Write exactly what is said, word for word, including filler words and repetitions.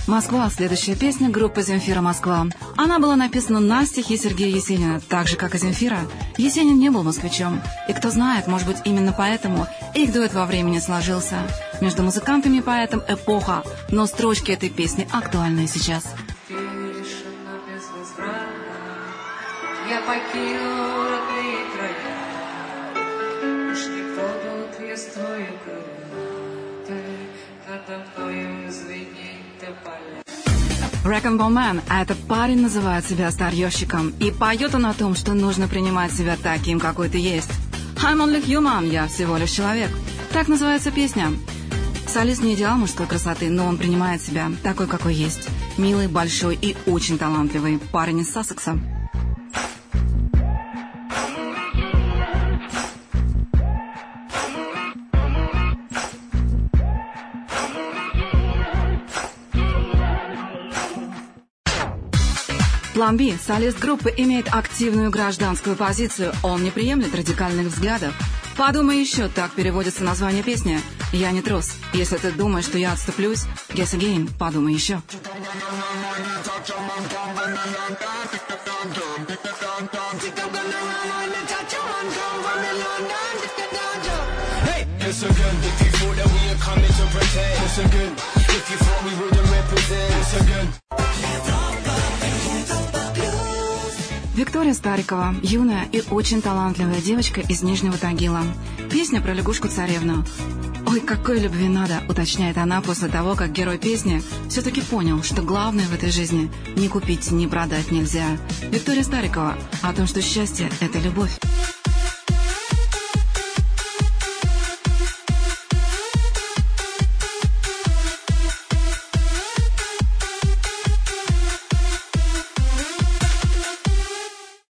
Москва. Следующая песня группы «Земфира. Москва». Она была написана на стихи Сергея Есенина, так же, как и «Земфира». Есенин не был москвичом. И кто знает, может быть, именно поэтому их дуэт во времени сложился. Между музыкантами и поэтом эпоха, но строчки этой песни актуальны сейчас. Я покинул родные края, уж не кладут листвою крылаты, надо мною звенит тополя. Wrecking Ball Man, а этот парень называет себя старьевщиком, и поет он о том, что нужно принимать себя таким, какой ты есть. I'm only human, я всего лишь человек. Так называется песня. Солист не идеал мужской красоты, но он принимает себя такой, какой есть. Милый, большой и очень талантливый парень из Сассекса. План Би, солист группы, имеет активную гражданскую позицию. Он не приемлет радикальных взглядов. «Подумай еще», так переводится название песни. «Я не трус. Если ты думаешь, что я отступлюсь, guess again, подумай еще». Виктория Старикова, юная и очень талантливая девочка из Нижнего Тагила. Песня про лягушку-царевну. «Ой, какой любви надо», уточняет она после того, как герой песни все-таки понял, что главное в этой жизни ни купить, ни продать нельзя. Виктория Старикова о том, что счастье – это любовь.